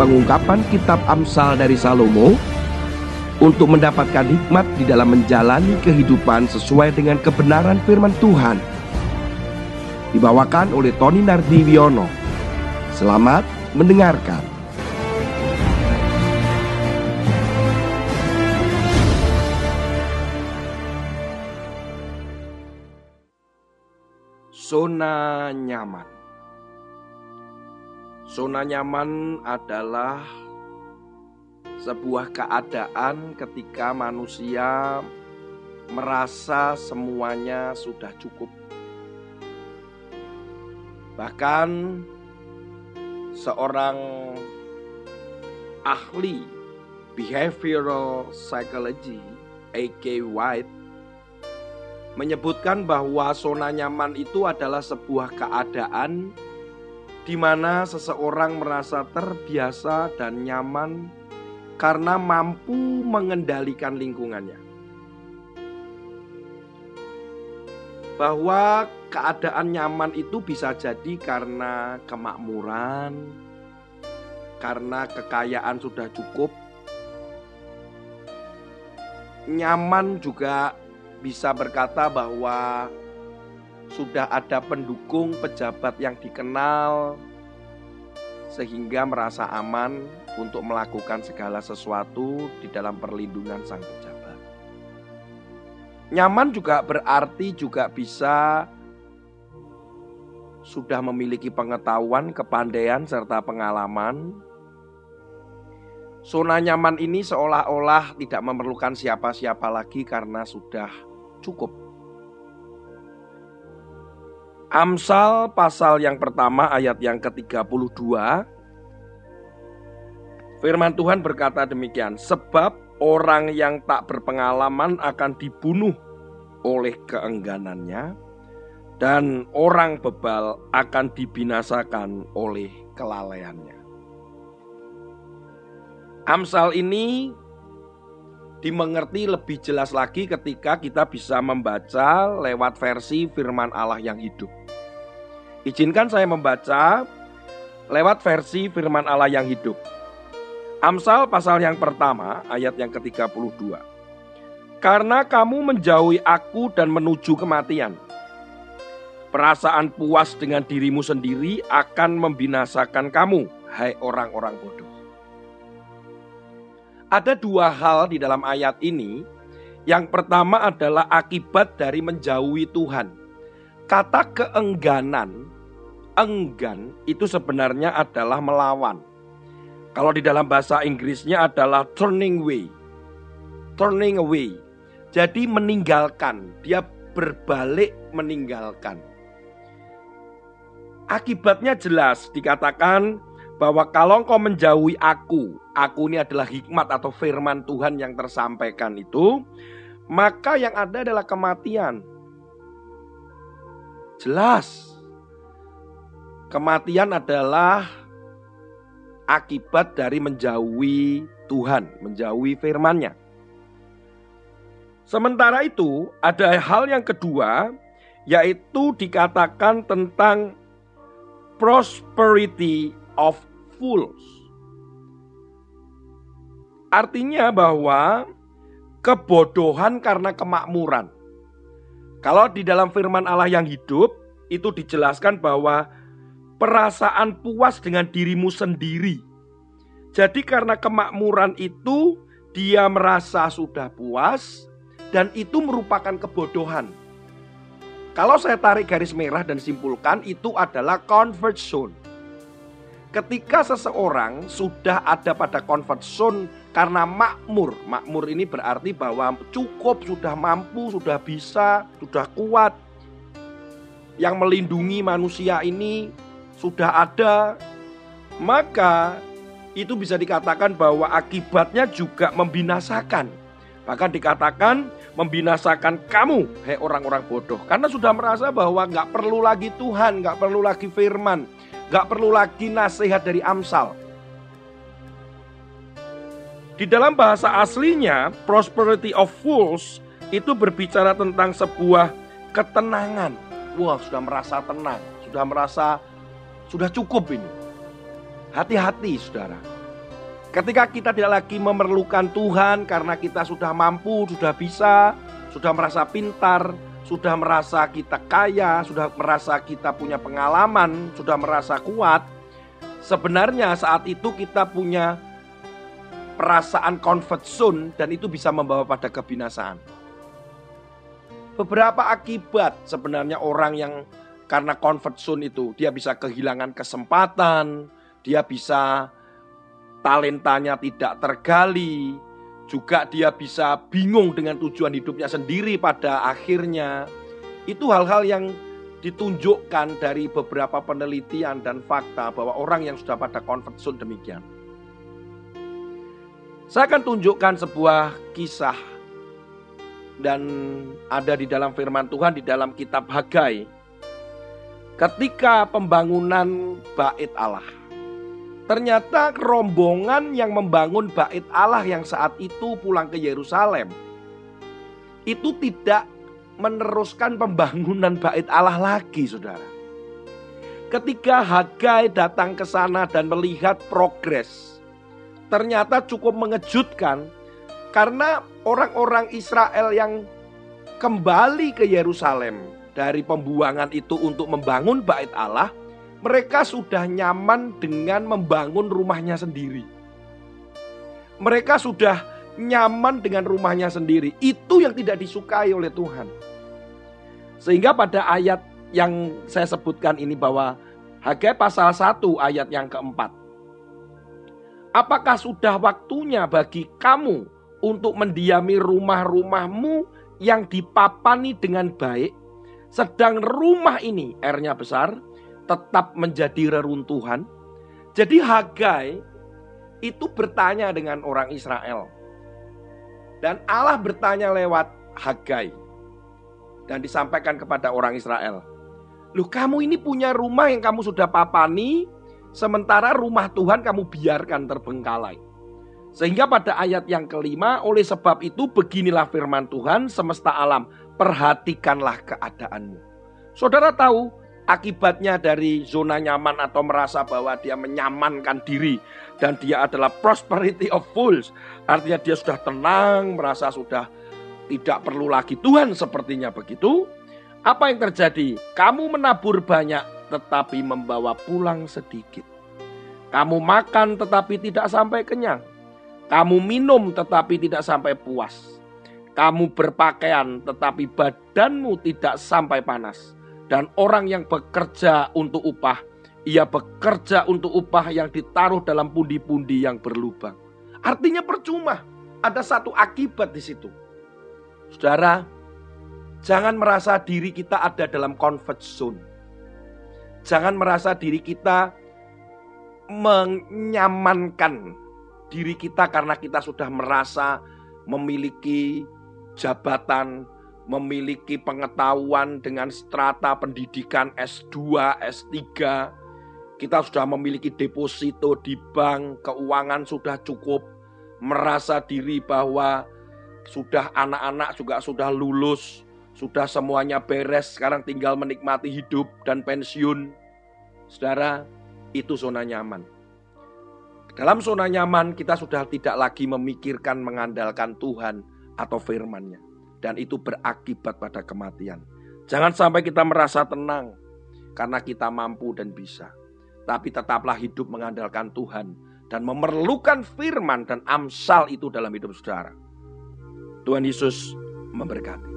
pengungkapan kitab Amsal dari Salomo untuk mendapatkan hikmat di dalam menjalani kehidupan sesuai dengan kebenaran firman Tuhan. Dibawakan oleh Tony Nardiwiono. Selamat mendengarkan. Zona nyaman. Zona nyaman adalah sebuah keadaan ketika manusia merasa semuanya sudah cukup. Bahkan seorang ahli behavioral psychology, A.K. White, menyebutkan bahwa zona nyaman itu adalah sebuah keadaan di mana seseorang merasa terbiasa dan nyaman karena mampu mengendalikan lingkungannya. Bahwa keadaan nyaman itu bisa jadi karena kemakmuran, karena kekayaan sudah cukup. Nyaman juga bisa berkata bahwa sudah ada pendukung pejabat yang dikenal sehingga merasa aman untuk melakukan segala sesuatu di dalam perlindungan sang pejabat. Nyaman juga berarti juga bisa sudah memiliki pengetahuan, kepandaian, serta pengalaman. Zona nyaman ini seolah-olah tidak memerlukan siapa-siapa lagi karena sudah cukup. Amsal pasal yang pertama ayat yang ke-32. Firman Tuhan berkata demikian, sebab orang yang tak berpengalaman akan dibunuh oleh keengganannya, dan orang bebal akan dibinasakan oleh kelalaiannya. Amsal ini dimengerti lebih jelas lagi ketika kita bisa membaca lewat versi firman Allah yang hidup. Izinkan saya membaca lewat versi firman Allah yang hidup. Amsal pasal yang pertama ayat yang ke-32. Karena kamu menjauhi aku dan menuju kematian, perasaan puas dengan dirimu sendiri akan membinasakan kamu, hai orang-orang bodoh. Ada dua hal di dalam ayat ini. Yang pertama adalah akibat dari menjauhi Tuhan. Kata keengganan, enggan itu sebenarnya adalah melawan. Kalau di dalam bahasa Inggrisnya adalah turning away. Turning away. Jadi meninggalkan, dia berbalik meninggalkan. Akibatnya jelas dikatakan bahwa kalau engkau menjauhi aku ini adalah hikmat atau firman Tuhan yang tersampaikan itu, maka yang ada adalah kematian. Jelas. Kematian adalah akibat dari menjauhi Tuhan, menjauhi firman-Nya. Sementara itu, ada hal yang kedua, yaitu dikatakan tentang prosperity of fools. Artinya bahwa kebodohan karena kemakmuran. Kalau di dalam firman Allah yang hidup, itu dijelaskan bahwa perasaan puas dengan dirimu sendiri. Jadi karena kemakmuran itu, dia merasa sudah puas, dan itu merupakan kebodohan. Kalau saya tarik garis merah dan simpulkan, itu adalah comfort zone. Ketika seseorang sudah ada pada comfort zone karena makmur. Makmur ini berarti bahwa cukup, sudah mampu, sudah bisa, sudah kuat. Yang melindungi manusia ini sudah ada. Maka itu bisa dikatakan bahwa akibatnya juga membinasakan. Bahkan dikatakan membinasakan kamu, hai orang-orang bodoh. Karena sudah merasa bahwa gak perlu lagi Tuhan, gak perlu lagi firman, gak perlu lagi nasihat dari Amsal. Di dalam bahasa aslinya, prosperity of fools itu berbicara tentang sebuah ketenangan. Wah, sudah merasa tenang, sudah merasa sudah cukup ini. Hati-hati saudara. Ketika kita tidak lagi memerlukan Tuhan karena kita sudah mampu, sudah bisa, sudah merasa pintar, sudah merasa kita kaya, sudah merasa kita punya pengalaman, sudah merasa kuat. Sebenarnya saat itu kita punya perasaan comfort zone dan itu bisa membawa pada kebinasaan. Beberapa akibat sebenarnya orang yang karena comfort zone itu, dia bisa kehilangan kesempatan, dia bisa talentanya tidak tergali, juga dia bisa bingung dengan tujuan hidupnya sendiri pada akhirnya. Itu hal-hal yang ditunjukkan dari beberapa penelitian dan fakta bahwa orang yang sudah pada comfort zone demikian. Saya akan tunjukkan sebuah kisah dan ada di dalam firman Tuhan di dalam kitab Hagai. Ketika pembangunan Bait Allah, ternyata rombongan yang membangun Bait Allah yang saat itu pulang ke Yerusalem itu tidak meneruskan pembangunan Bait Allah lagi, saudara. Ketika Hagai datang ke sana dan melihat progres, ternyata cukup mengejutkan karena orang-orang Israel yang kembali ke Yerusalem dari pembuangan itu untuk membangun Bait Allah, mereka sudah nyaman dengan membangun rumahnya sendiri. Mereka sudah nyaman dengan rumahnya sendiri. Itu yang tidak disukai oleh Tuhan. Sehingga pada ayat yang saya sebutkan ini bahwa Hagai pasal 1 ayat yang keempat. Apakah sudah waktunya bagi kamu untuk mendiami rumah-rumahmu yang dipapani dengan baik, sedang rumah ini, R-nya besar, tetap menjadi reruntuhan? Jadi Hagai itu bertanya dengan orang Israel. Dan Allah bertanya lewat Hagai. Dan disampaikan kepada orang Israel. Loh, kamu ini punya rumah yang kamu sudah papani, sementara rumah Tuhan kamu biarkan terbengkalai. Sehingga pada ayat yang kelima, oleh sebab itu beginilah firman Tuhan semesta alam, perhatikanlah keadaanmu. Saudara tahu akibatnya dari zona nyaman atau merasa bahwa dia menyamankan diri dan dia adalah prosperity of fools. Artinya dia sudah tenang, merasa sudah tidak perlu lagi Tuhan, sepertinya begitu. Apa yang terjadi? Kamu menabur banyak tetapi membawa pulang sedikit. Kamu makan tetapi tidak sampai kenyang. Kamu minum tetapi tidak sampai puas. Kamu berpakaian tetapi badanmu tidak sampai panas. Dan orang yang bekerja untuk upah, ia bekerja untuk upah yang ditaruh dalam pundi-pundi yang berlubang. Artinya percuma. Ada satu akibat di situ. Saudara, jangan merasa diri kita ada dalam comfort zone. Jangan merasa diri kita menyamankan diri kita karena kita sudah merasa memiliki jabatan, memiliki pengetahuan dengan strata pendidikan S2, S3. Kita sudah memiliki deposito di bank, keuangan sudah cukup, merasa diri bahwa sudah anak-anak juga sudah lulus, sudah semuanya beres, sekarang tinggal menikmati hidup dan pensiun. Saudara, itu zona nyaman. Dalam zona nyaman kita sudah tidak lagi memikirkan mengandalkan Tuhan atau firman-Nya. Dan itu berakibat pada kematian. Jangan sampai kita merasa tenang karena kita mampu dan bisa. Tapi tetaplah hidup mengandalkan Tuhan dan memerlukan firman dan amsal itu dalam hidup saudara. Tuhan Yesus memberkati.